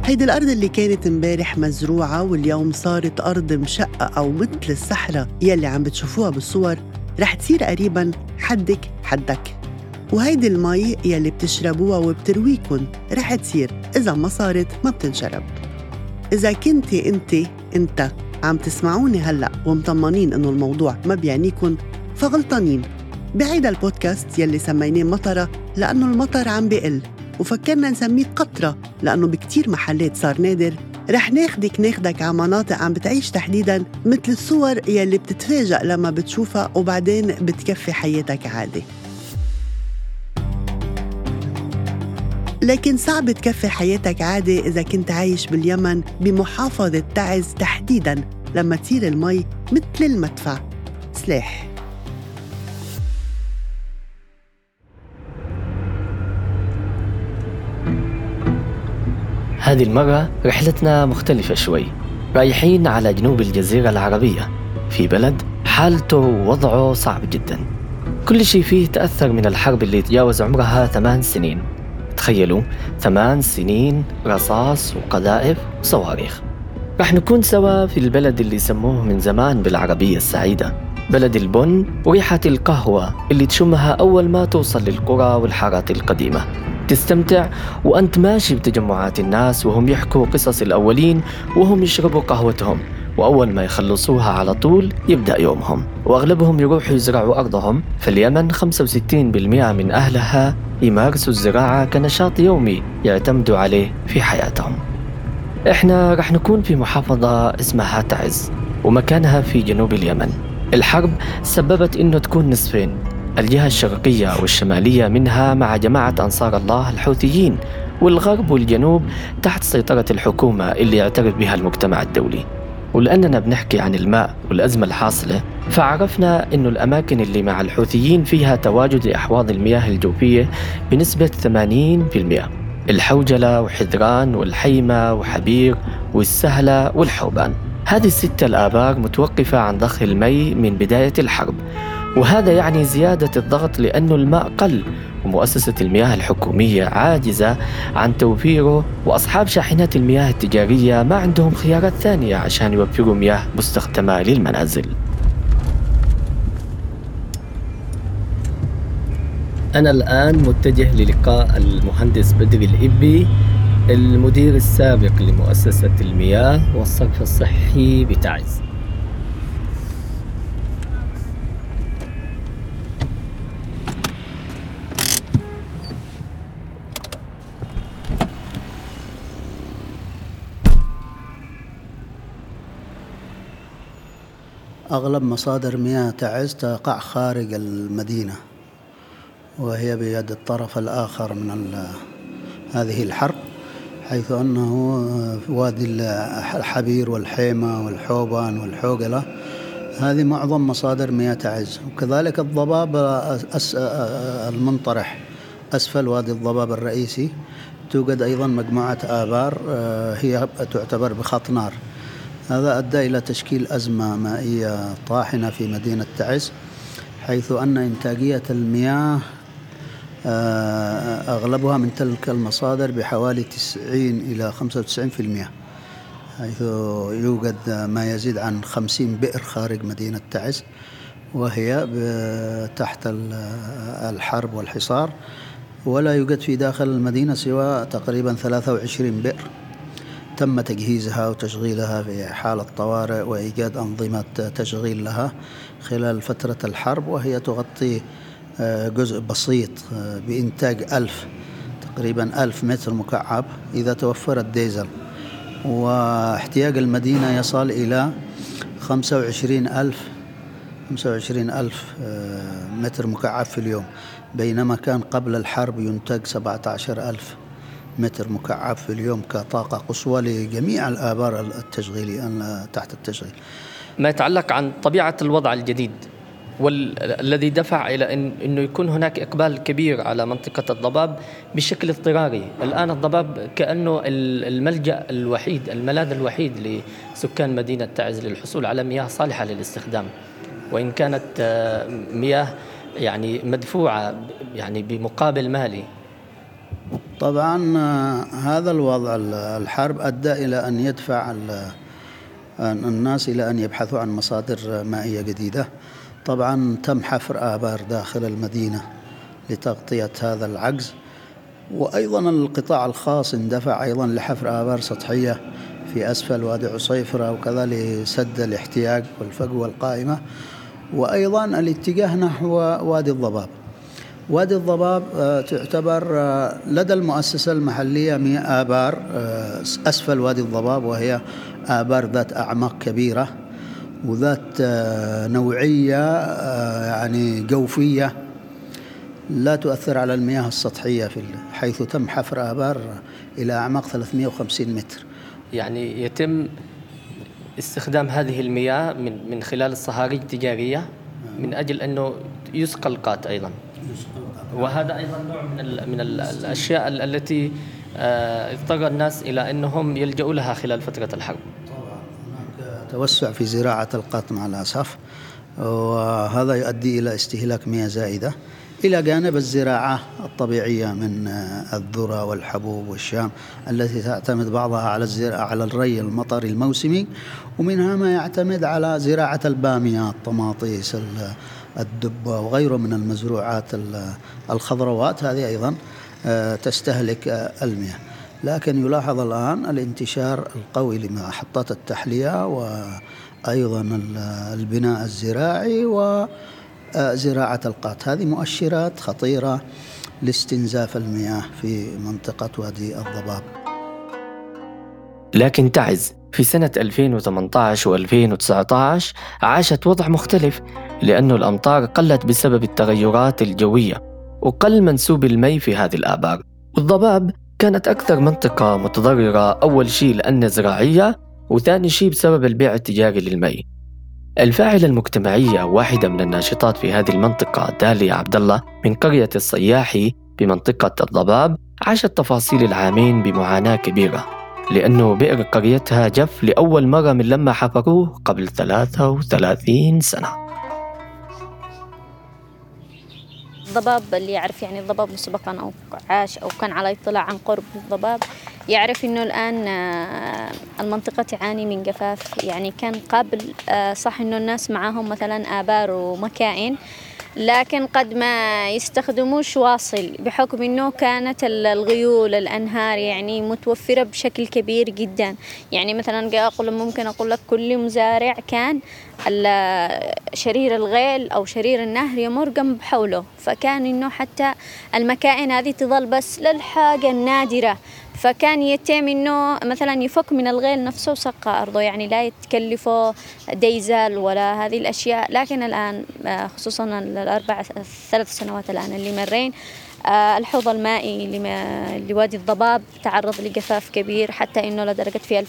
هيدي الأرض اللي كانت امبارح مزروعة واليوم صارت أرض مشقة أو مثل الصحراء يلي عم بتشوفوها بالصور رح تصير قريباً حدك حدك. وهيدي المي يلي بتشربوها وبترويكن رح تصير إذا ما صارت ما بتنشرب. إذا أنت عم تسمعوني هلأ ومطمنين إنه الموضوع ما بيعنيكن فغلطانين. بعيدا البودكاست يلي سميناه مطرة لأنه المطر عم بيقل، وفكرنا نسميه قطرة لأنه بكتير محلات صار نادر. رح ناخدك على مناطق عم بتعيش تحديداً مثل الصور يلي بتتفاجأ لما بتشوفها وبعدين بتكفي حياتك عادي. لكن صعب تكفي حياتك عادي إذا كنت عايش باليمن بمحافظة تعز تحديداً لما تصير المي مثل المدفع سلاح. هذه المرة رحلتنا مختلفة شوي، رايحين على جنوب الجزيرة العربية في بلد حالته ووضعه صعب جدا. كل شيء فيه تأثر من الحرب اللي تجاوز عمرها 8 سنين. تخيلوا 8 سنين رصاص وقذائف وصواريخ. رح نكون سوا في البلد اللي سموه من زمان بالعربية السعيدة، بلد البن وريحة القهوة اللي تشمها أول ما توصل للقرى والحارات القديمة. تستمتع وأنت ماشي بتجمعات الناس وهم يحكوا قصص الأولين وهم يشربوا قهوتهم، وأول ما يخلصوها على طول يبدأ يومهم، وأغلبهم يروحوا يزرعوا أرضهم. في اليمن 65% من أهلها يمارسوا الزراعة كنشاط يومي يعتمدوا عليه في حياتهم. إحنا رح نكون في محافظة اسمها تعز ومكانها في جنوب اليمن. الحرب سببت إنه تكون نصفين، الجهة الشرقية والشمالية منها مع جماعة أنصار الله الحوثيين، والغرب والجنوب تحت سيطرة الحكومة اللي يعترف بها المجتمع الدولي. ولأننا بنحكي عن الماء والأزمة الحاصلة، فعرفنا إنه الأماكن اللي مع الحوثيين فيها تواجد لأحواض المياه الجوفية بنسبة 80%: الحوجلة وحذران والحيمة وحبير والسهلة والحوبان. هذه الستة الآبار متوقفة عن ضخ المي من بداية الحرب، وهذا يعني زيادة الضغط لأنه الماء قل ومؤسسة المياه الحكومية عاجزة عن توفيره، وأصحاب شاحنات المياه التجارية ما عندهم خيارات ثانية عشان يوفروا مياه مستخدمة للمنازل. أنا الآن متجه للقاء المهندس بدري الإبي، المدير السابق لمؤسسة المياه والصرف الصحي بتعز. أغلب مصادر مياه تعز تقع خارج المدينة، وهي بيد الطرف الآخر من هذه الحرب، حيث أنه وادي الحبير والحيمة والحوبان والحوقلة هذه معظم مصادر مياه تعز. وكذلك الضباب المنطرح أسفل وادي الضباب الرئيسي توجد أيضا مجموعة آبار هي تعتبر بخط نار. هذا أدى إلى تشكيل أزمة مائية طاحنة في مدينة تعز، حيث أن إنتاجية المياه أغلبها من تلك المصادر بحوالي 90 إلى 95%، حيث يوجد ما يزيد عن 50 بئر خارج مدينة تعز، وهي تحت الحرب والحصار، ولا يوجد في داخل المدينة سوى تقريبا 23 بئر تم تجهيزها وتشغيلها في حالة طوارئ وإيجاد أنظمة تشغيل لها خلال فترة الحرب، وهي تغطي جزء بسيط بإنتاج تقريبا 1000 متر مكعب إذا توفرت ديزل، واحتياج المدينة يصل إلى 25,000 متر مكعب في اليوم، بينما كان قبل الحرب ينتج 17,000 متر مكعب في اليوم كطاقة قصوى لجميع الآبار التشغيلية تحت التشغيل. ما يتعلق عن طبيعة الوضع الجديد والذي دفع إلى أنه يكون هناك إقبال كبير على منطقة الضباب بشكل اضطراري. الآن الضباب كأنه الملجأ الوحيد، الملاذ الوحيد لسكان مدينة تعز للحصول على مياه صالحة للاستخدام، وإن كانت مياه يعني مدفوعة يعني بمقابل مالي. طبعا هذا الوضع الحرب أدى إلى أن يدفع الناس إلى أن يبحثوا عن مصادر مائية جديدة. طبعا تم حفر آبار داخل المدينة لتغطية هذا العجز، وأيضا القطاع الخاص اندفع أيضا لحفر آبار سطحية في أسفل وادي عصيفرة وكذا لسد الاحتياج والفجوة القائمة. وأيضا الاتجاه نحو وادي الضباب. وادي الضباب تعتبر لدى المؤسسة المحلية آبار أسفل وادي الضباب، وهي آبار ذات أعماق كبيرة وذات نوعية يعني جوفية لا تؤثر على المياه السطحية، حيث تم حفر آبار إلى أعماق 350 متر. يعني يتم استخدام هذه المياه من خلال الصهاريج التجارية من أجل أنه يسقى القات أيضا، وهذا أيضا نوع من الأشياء التي اضطر الناس إلى أنهم يلجأوا لها خلال فترة الحرب. طبعا هناك توسع في زراعة القات مع الأسف، وهذا يؤدي إلى استهلاك مياه زائدة، إلى جانب الزراعة الطبيعية من الذرة والحبوب والشام التي تعتمد بعضها على الري المطري الموسمي، ومنها ما يعتمد على زراعة البامية، الطماطيس، الدبة وغيره من المزروعات الخضروات، هذه أيضا تستهلك المياه. لكن يلاحظ الآن الانتشار القوي لمحطات التحلية وأيضا البناء الزراعي وزراعة القات. هذه مؤشرات خطيرة لاستنزاف المياه في منطقة وادي الضباب. لكن تعز في سنة 2018 و2019 عاشت وضع مختلف، لأن الأمطار قلت بسبب التغيرات الجوية وقل منسوب المي في هذه الآبار. والضباب كانت أكثر منطقة متضررة، أول شيء لأنها زراعية، وثاني شيء بسبب البيع التجاري للمي. الفاعلة المجتمعية واحدة من الناشطات في هذه المنطقة، داليا عبد الله من قرية الصياحي بمنطقة الضباب، عاشت تفاصيل العامين بمعاناة كبيرة، لأنه بئر قريتها جف لأول مرة من لما حفروه قبل 33 سنة. الضباب اللي يعرف يعني الضباب مسبقا أو عاش أو كان على اطلاع عن قرب الضباب يعرف إنه الآن المنطقة تعاني من جفاف. يعني كان قبل صح إنه الناس معاهم مثلا آبار ومكائن، لكن قد ما يستخدموش واصل بحكم إنه كانت الغيول الأنهار يعني متوفرة بشكل كبير جدا. يعني مثلا ممكن أقول لك كل مزارع كان شرير الغيل أو شرير النهر يمر جنب حوله، فكان إنه حتى المكائن هذه تظل بس للحاجة النادرة، فكان يتم إنه مثلا يفك من الغيل نفسه وسقى أرضه، يعني لا يتكلفه ديزل ولا هذه الأشياء. لكن الآن خصوصا الثلاث سنوات الآن اللي مرين، الحوض المائي لوادي الضباب تعرض لجفاف كبير، حتى إنه لدرجة في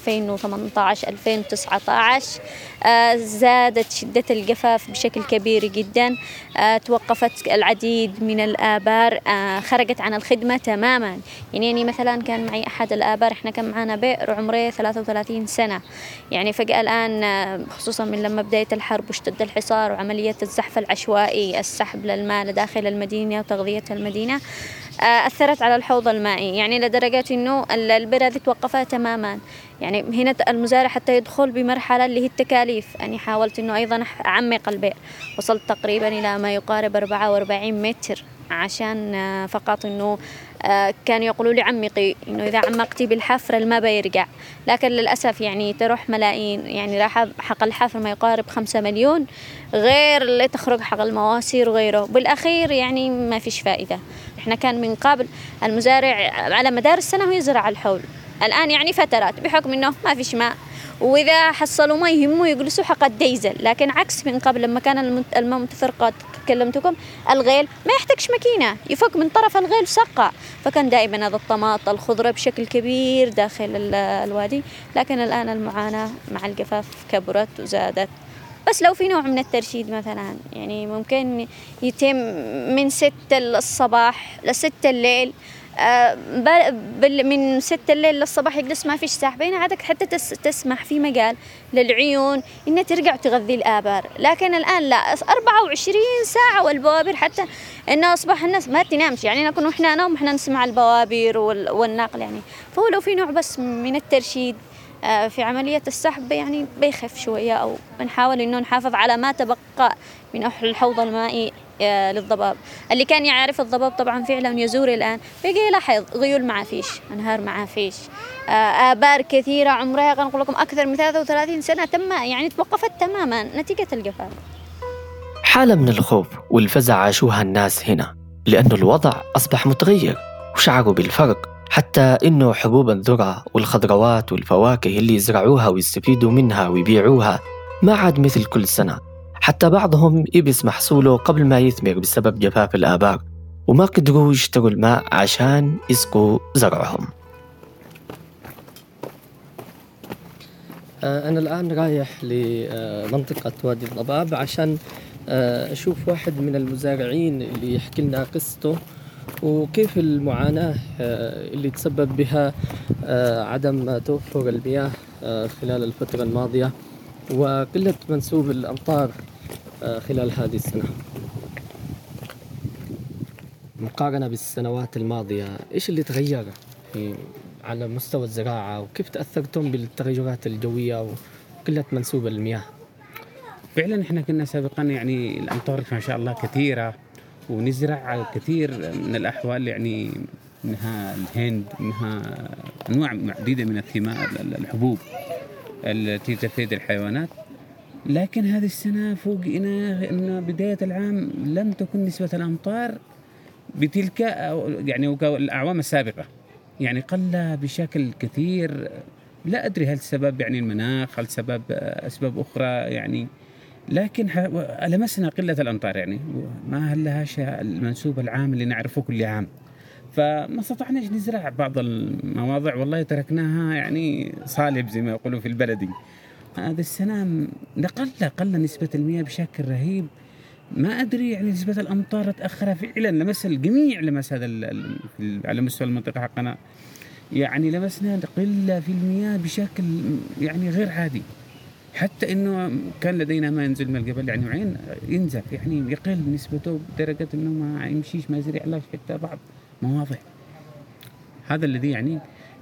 2018-2019 زادت شدة الجفاف بشكل كبير جدا. توقفت العديد من الآبار، خرجت عن الخدمة تماما. يعني مثلا كان معي أحد الآبار، إحنا كان معنا بئر عمره 33 سنة، يعني فجأة الآن خصوصا من لما بداية الحرب واشتد الحصار وعملية الزحف العشوائي، السحب للماء لداخل المدينة وتغذية المدينة، أثرت على الحوض المائي، يعني لدرجة إنه البئر هذه توقفها تماما. يعني هنا المزارع حتى يدخل بمرحلة اللي هي التكاليف. أنا حاولت إنه أيضا أعمق البئر، وصلت تقريبا إلى ما يقارب 44 متر عشان فقط إنه كانوا يقولوا لي عمقي، إنه إذا عمقتي بالحفر الماء بيرجع. لكن للأسف يعني تروح ملايين، يعني راح حق الحفر ما يقارب 5 مليون، غير اللي تخرج حق المواسير وغيره. بالأخير يعني ما فيش فائدة. إحنا كان من قبل المزارع على مدار السنة ويزرع الحول، الآن يعني فترات بحكم إنه ما فيش ماء، وإذا حصلوا ما يهموا يجلسوا حق الديزل. لكن عكس من قبل لما كان الماء متفرقات كلمتكم الغيل ما يحتاجش ماكينة، يفك من طرف الغيل سقى، فكان دائما هذا الطماط الخضرة بشكل كبير داخل الوادي. لكن الآن المعاناة مع الجفاف كبرت وزادت. بس لو في نوع من الترشيد مثلا، يعني ممكن يتم من 6 الصباح ل6 الليل، من 6 الليل للصباح يجلس ما فيش ساحبين، عادك حتى تسمح في مجال للعيون إنها ترجع تغذي الآبار. لكن الآن لا، 24 ساعة والبوابير، حتى إنه أصبح الناس ما تنامش، يعني نكون إحنا نوم إحنا نسمع البوابير والنقل يعني. فهو لو في نوع بس من الترشيد في عملية السحب يعني بيخف شوية، أو بنحاول إنه نحافظ على ما تبقى من الحوض المائي للضباب. اللي كان يعرف الضباب طبعا فعلا يزور الآن بيجي يلاحظ غيول ما فيش، أنهار ما فيش، آبار كثيرة عمرها نقول لكم أكثر من 33 سنة يعني توقفت تماما نتيجة الجفاف. حالة من الخوف والفزع عاشوها الناس هنا، لأنه الوضع أصبح متغير وشعروا بالفرق. حتى إنه حبوب الذرة والخضروات والفواكه اللي يزرعوها ويستفيدوا منها ويبيعوها ما عاد مثل كل سنة. حتى بعضهم يبس محصوله قبل ما يثمر بسبب جفاف الآبار، وما قدروا يشتروا الماء عشان يسقوا زرعهم. أنا الآن رايح لمنطقة وادي الضباب عشان أشوف واحد من المزارعين اللي يحكي لنا قصته وكيف المعاناة اللي تسبب بها عدم توفر المياه خلال الفترة الماضية وقلة منسوب الأمطار خلال هذه السنة. مقارنة بالسنوات الماضية، إيش اللي تغير على مستوى الزراعة، وكيف تأثرتم بالتغيرات الجوية وقلة منسوب المياه؟ فعلا إحنا كنا سابقا يعني الأمطار ما شاء الله كثيرة، ونزرع كثير من الأحوال، يعني منها الهند، منها أنواع عديدة من الثمار الحبوب التي تفيد الحيوانات. لكن هذه السنة فوجئنا أن بداية العام لم تكن نسبة الأمطار بتلك يعني الأعوام السابقة، يعني قل بشكل كثير. لا أدري هل سبب يعني المناخ، هل سبب أسباب أخرى يعني، لكن لمسنا قلة الأمطار، يعني ما هل لهاش المنسوب العام اللي نعرفه كل عام. فما استطعناش نزرع بعض المواضع، والله تركناها يعني صالب زي ما يقولوا في البلدي. هذه السنة قل نسبة المياه بشكل رهيب. ما أدري يعني نسبة الأمطار تأخر فعلا، لمس الجميع، لمس هذا على مستوى المنطقة حقنا، يعني لمسنا قلة في المياه بشكل يعني غير عادي. حتى إنه كان لدينا ما ينزل من الجبل يعني عين ينزف، يعني يقل نسبته بدرجة إنه ما يمشيش، ما يزرع لا حتى بعض مواضع. هذا الذي يعني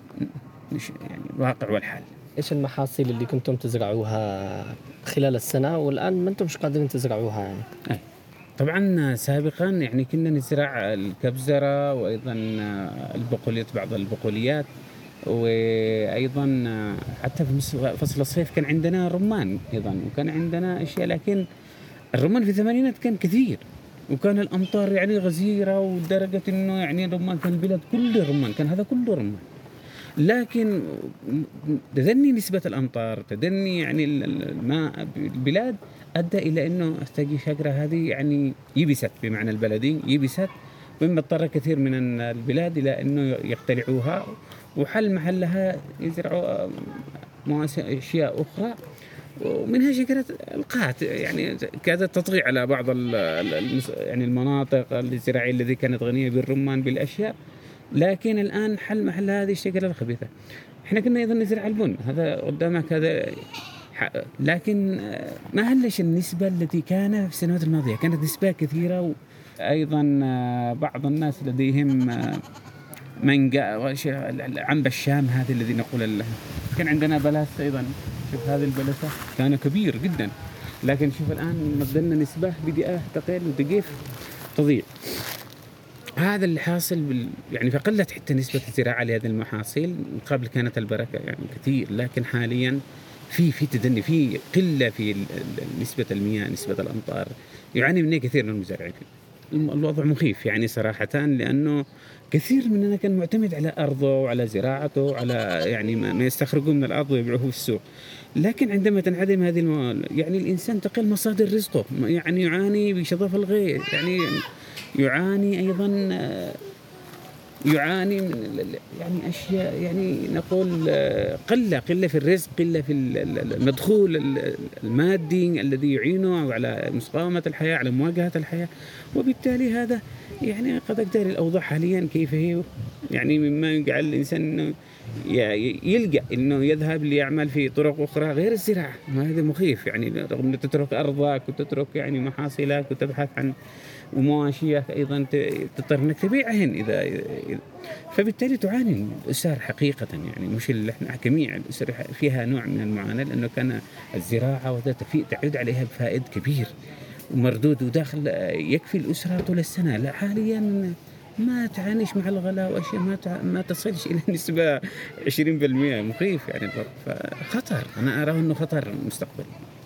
واقع والحال. إيش المحاصيل اللي كنتم تزرعوها خلال السنة والآن ما أنتم مش قادرين تزرعوها يعني؟ طبعا سابقا يعني كنا نزرع الكبزرة وأيضا البقوليات، بعض البقوليات، وأيضا حتى في فصل الصيف كان عندنا رمان أيضا، وكان عندنا أشياء. لكن الرمان في الثمانينات كان كثير، وكان الأمطار يعني غزيرة، ودرجة إنه يعني الرمان كان البلاد كله رمان، كان هذا كله رمان. لكن تدني نسبة الأمطار، تدني يعني الماء بالبلاد، أدى إلى إنه الشجرة هذه يعني يبست، بمعنى البلدي يبست، مما اضطر كثير من البلاد إلى إنه يقتلعوها وحل محلها يزرعوا أشياء أخرى، ومنها شجرة القات، يعني كادت تطغي على بعض يعني المناطق الزراعية التي كانت غنية بالرمان بالأشياء. لكن الآن حل محل هذه الشجرة الخبيثة. إحنا كنا أيضا نزرع البن، هذا قدامك هذا، لكن ما هلش النسبة التي كان في السنوات الماضية، كانت نسبة كثيرة. وأيضا بعض الناس لديهم مانجا، عنب الشام هذا الذي نقول كان عندنا بلاس أيضا. شوف هذه البلسة كان كبير جدا، لكن شوف الآن مبدلنا نسبة بدأ تقل ودقيف تضيع. هذا اللي حاصل يعني فقلت حتى نسبة الزراعة لهذه المحاصيل. قبل كانت البركة يعني كثير، لكن حاليا في تدني، في قلة في نسبة المياه، نسبة الأمطار، يعاني منه كثير من المزارعين. الوضع مخيف يعني صراحة، لأنه كثير مننا كان معتمد على أرضه وعلى زراعته، على يعني ما يستخرجه من الأرض ويبيعوه في السوق. لكن عندما تنعدم هذه يعني الإنسان تقل مصادر رزقه، يعني يعاني بشظف الغيث، يعني يعاني أيضا، يعاني من يعني أشياء، يعني نقول قلة في الرزق، قلة في المدخول المادي الذي يعينه على مقاومة الحياة، على مواجهة الحياة. وبالتالي هذا يعني قد أقدر الأوضاع حاليا كيف هي، يعني مما يجعل الإنسان إنه يلجأ إنه يذهب ليعمل في طرق أخرى غير الزراعة. هذا مخيف، يعني رغم أن تترك أرضك وتترك يعني محاصيلك وتبحث عن ومواشيك أيضا تضطر أنك تبيعهن إذا فبالتالي تعاني الأسر حقيقة، يعني مش اللي احنا جميع الأسر فيها نوع من المعاناة، لأنه كان الزراعة وذات تعود عليها بفائد كبير ومردود وداخل يكفي الأسرة طول السنة. لا حاليا ما تعانيش مع الغلاء وأشياء ما تصلش إلى نسبة 20%، مخيف يعني. فخطر، أنا أراه أنه خطر مستقبلي.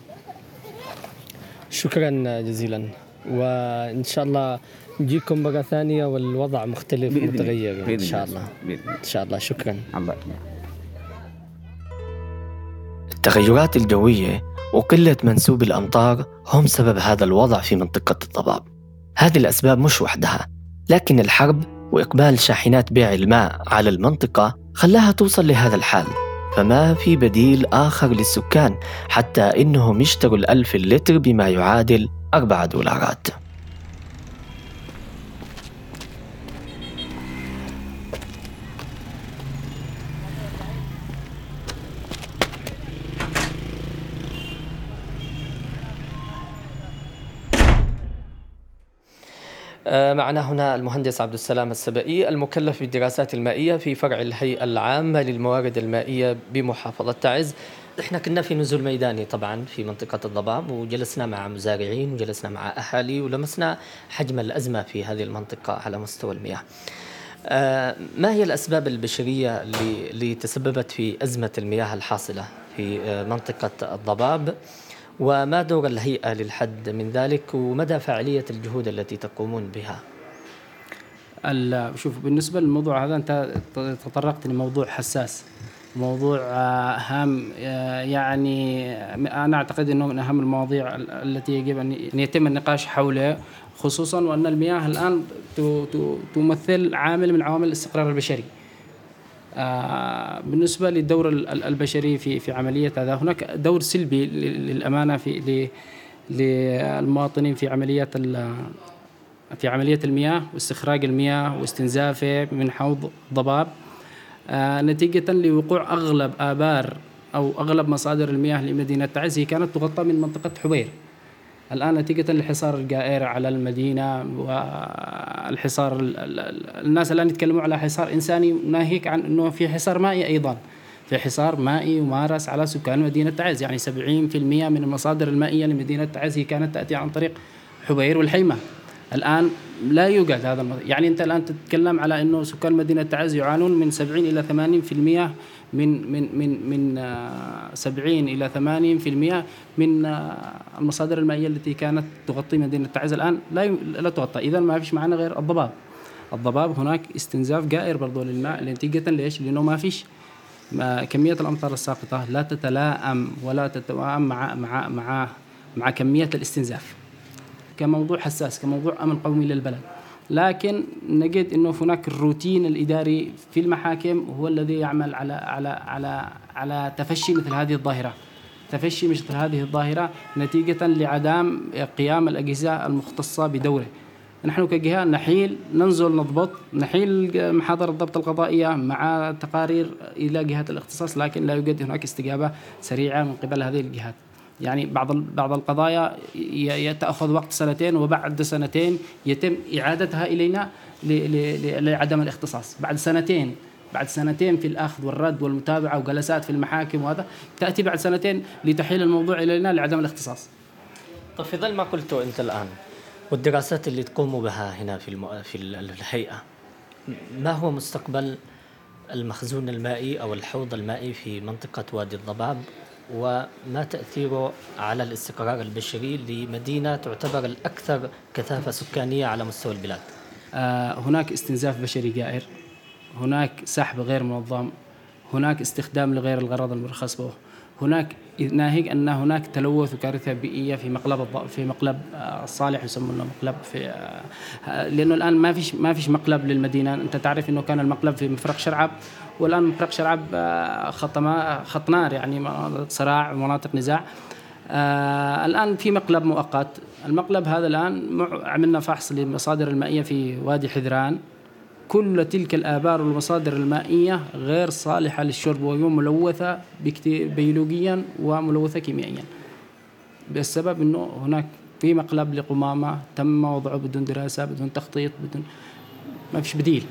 شكرا جزيلا، وإن شاء الله نجيكم مرة ثانية والوضع مختلف متغير إن شاء الله. إن شاء الله. شكرا. الله. التغيرات الجوية وقلة منسوب الأمطار هم سبب هذا الوضع في منطقة الضباب. هذه الأسباب مش وحدها، لكن الحرب وإقبال شاحنات بيع الماء على المنطقة خلاها توصل لهذا الحال، فما في بديل آخر للسكان حتى إنهم يشتروا 1000 لتر بما يعادل $4. معنا هنا المهندس عبد السلام السبائي المكلف بالدراسات المائية في فرع الهيئة العامة للموارد المائية بمحافظة تعز. احنا كنا في نزول ميداني طبعا في منطقة الضباب، وجلسنا مع مزارعين وجلسنا مع أهالي ولمسنا حجم الأزمة في هذه المنطقة على مستوى المياه. ما هي الأسباب البشرية اللي تسببت في أزمة المياه الحاصلة في منطقة الضباب، وما دور الهيئة للحد من ذلك، ومدى فاعلية الجهود التي تقومون بها؟ شوف، بالنسبة للموضوع هذا أنت تطرقت لموضوع حساس، موضوع هام، يعني أنا أعتقد أنه من أهم المواضيع التي يجب أن يتم النقاش حوله، خصوصا وأن المياه الآن تمثل عامل من عوامل الاستقرار البشري. بالنسبة للدور البشري في عملية هذا، هناك دور سلبي للأمانة للمواطنين في عملية المياه واستخراج المياه واستنزافه من حوض ضباب، نتيجة لوقوع أغلب آبار أو أغلب مصادر المياه لمدينة تعز هي كانت تغطى من منطقة حبير. الآن نتيجة للحصار الجائر على المدينة والحصار، الناس الآن يتكلموا على حصار إنساني، ناهيك عن أنه في حصار مائي أيضا، في حصار مائي يمارس على سكان مدينة تعز. يعني 70% من المصادر المائية لمدينة تعز هي كانت تأتي عن طريق حبير والحيمة. الآن لا يوجد هذا يعني أنت الآن تتكلم على أنه سكان مدينة تعز يعانون من 70 إلى 80% من 70 إلى 80% من المصادر المائية التي كانت تغطي مدينة تعز الآن لا تغطى. إذا ما فيش معنا غير الضباب هناك استنزاف جائر برضو للماء، نتيجة ليش؟ لأنه ما فيش كمية الأمطار الساقطة لا تتلائم ولا تتوائم مع كمية الاستنزاف، كموضوع حساس، كموضوع أمن قومي للبلد. لكن نجد إنه هناك الروتين الإداري في المحاكم هو الذي يعمل على تفشي مثل هذه الظاهرة، نتيجة لعدم قيام الأجهزة المختصة بدوره. نحن كجهة ننزل نضبط، محاضر الضبط القضائية مع تقارير إلى جهات الاختصاص، لكن لا يوجد هناك استجابة سريعة من قبل هذه الجهات. يعني بعض القضايا تأخذ وقت 2 وبعد 2 يتم إعادتها إلينا لعدم الاختصاص. بعد سنتين في الأخذ والرد والمتابعة وجلسات في المحاكم، وهذا تأتي بعد 2 لتحيل الموضوع إلينا لعدم الاختصاص. طيب، في ظل ما قلته أنت الآن والدراسات اللي تقوموا بها هنا في الهيئة، ما هو مستقبل المخزون المائي أو الحوض المائي في منطقة وادي الضباب، وما تأثيره على الاستقرار البشري لمدينة تعتبر الأكثر كثافة سكانية على مستوى البلاد؟ هناك استنزاف بشري جائر، هناك سحب غير منظم، هناك استخدام لغير الغرض المرخص به، هناك ناهيك أن هناك تلوث وكارثة بيئية في مقلب الصالح، يسمونه مقلب لأنه الآن ما فيش مقلب للمدينة. أنت تعرف أنه كان المقلب في مفرق شرعب، والآن مفرق شرعب خط نار، يعني صراع ومناطق نزاع. الآن في مقلب مؤقت. المقلب هذا الآن عملنا فحص للمصادر المائية في وادي حذران. كل تلك الآبار والمصادر المائية غير صالحة للشرب، وملوثة بيولوجيا وملوثة كيميائيا، بالسبب أنه هناك في مقلب لقمامة تم وضعه بدون دراسة، بدون تخطيط، بدون ما فيش بديل.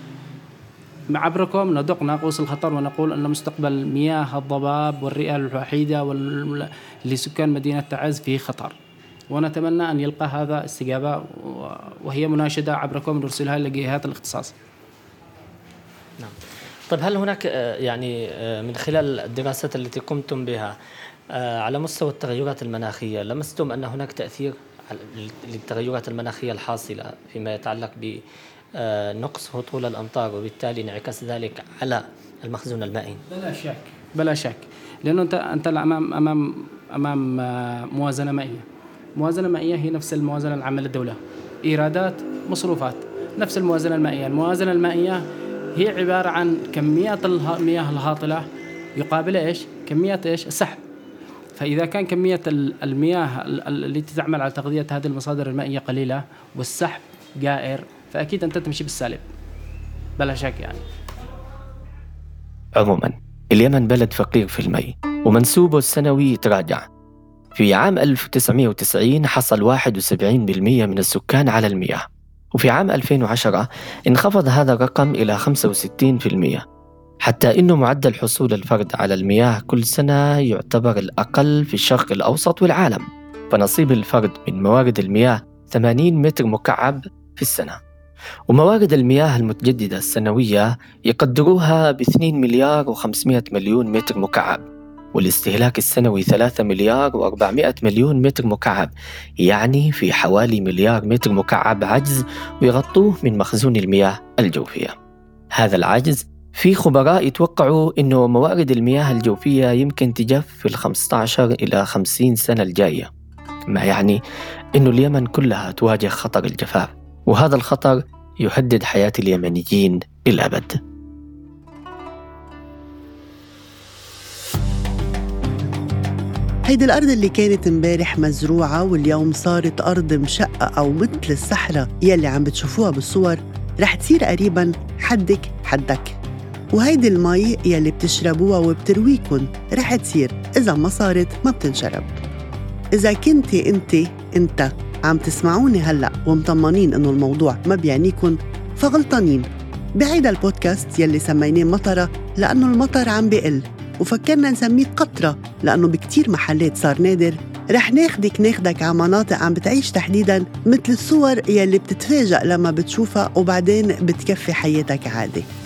عبركم ندق ناقوس الخطر ونقول أن مستقبل مياه الضباب والرئة الوحيدة لسكان مدينة تعز فيه خطر، ونتمنى أن يلقى هذا استجابة، وهي مناشدة عبركم نرسلها لجهات الاختصاص. نعم. طيب هل هناك يعني من خلال الدراسات التي قمتم بها على مستوى التغيرات المناخية لمستم أن هناك تأثير للتغيرات المناخية الحاصلة فيما يتعلق بنقص هطول الأمطار، وبالتالي انعكاس ذلك على المخزون المائي؟ بلا شك، لأنه أنت أمام موازنة مائية. موازنة مائية هي نفس الموازنة العامة للدولة، إيرادات مصروفات، نفس الموازنة المائية. الموازنة المائية هي عبارة عن كميات المياه الهاطلة يقابل إيش؟ كميات إيش؟ السحب. فإذا كان كمية المياه التي تعمل على تغذية هذه المصادر المائية قليلة والسحب جائر، فأكيد أنت تمشي بالسالب بلا شك يعني. عموما اليمن بلد فقير في الماء ومنسوبه السنوي يتراجع. في عام 1990 حصل 71% من السكان على المياه، وفي عام 2010 انخفض هذا الرقم إلى 65%، حتى إنه معدل حصول الفرد على المياه كل سنة يعتبر الأقل في الشرق الأوسط والعالم. فنصيب الفرد من موارد المياه 80 متر مكعب في السنة، وموارد المياه المتجددة السنوية يقدروها ب2 مليار و500 مليون متر مكعب، والاستهلاك السنوي 3 مليار و400 مليون متر مكعب، يعني في حوالي مليار متر مكعب عجز ويغطوه من مخزون المياه الجوفية. هذا العجز في خبراء يتوقعوا إنه موارد المياه الجوفية يمكن تجف في 15 إلى 50 سنة الجاية، ما يعني إنه اليمن كلها تواجه خطر الجفاف، وهذا الخطر يهدد حياة اليمنيين للأبد. هيدي الأرض اللي كانت امبارح مزروعة واليوم صارت أرض مشقة أو مثل الصحراء يلي عم بتشوفوها بالصور رح تصير قريباً حدك حدك. وهيدي المي يلي بتشربوها وبترويكن رح تصير إذا ما صارت ما بتنشرب. إذا كنتي أنت عم تسمعوني هلأ ومطمنين إنه الموضوع ما بيعنيكن فغلطانين. بعيدا البودكاست يلي سميناه مطرة لأنه المطر عم بيقل، وفكرنا نسميه قطرة لأنه بكتير محلات صار نادر. رح ناخدك على مناطق عم بتعيش تحديداً مثل الصور يلي بتتفاجأ لما بتشوفها وبعدين بتكفي حياتك عادي.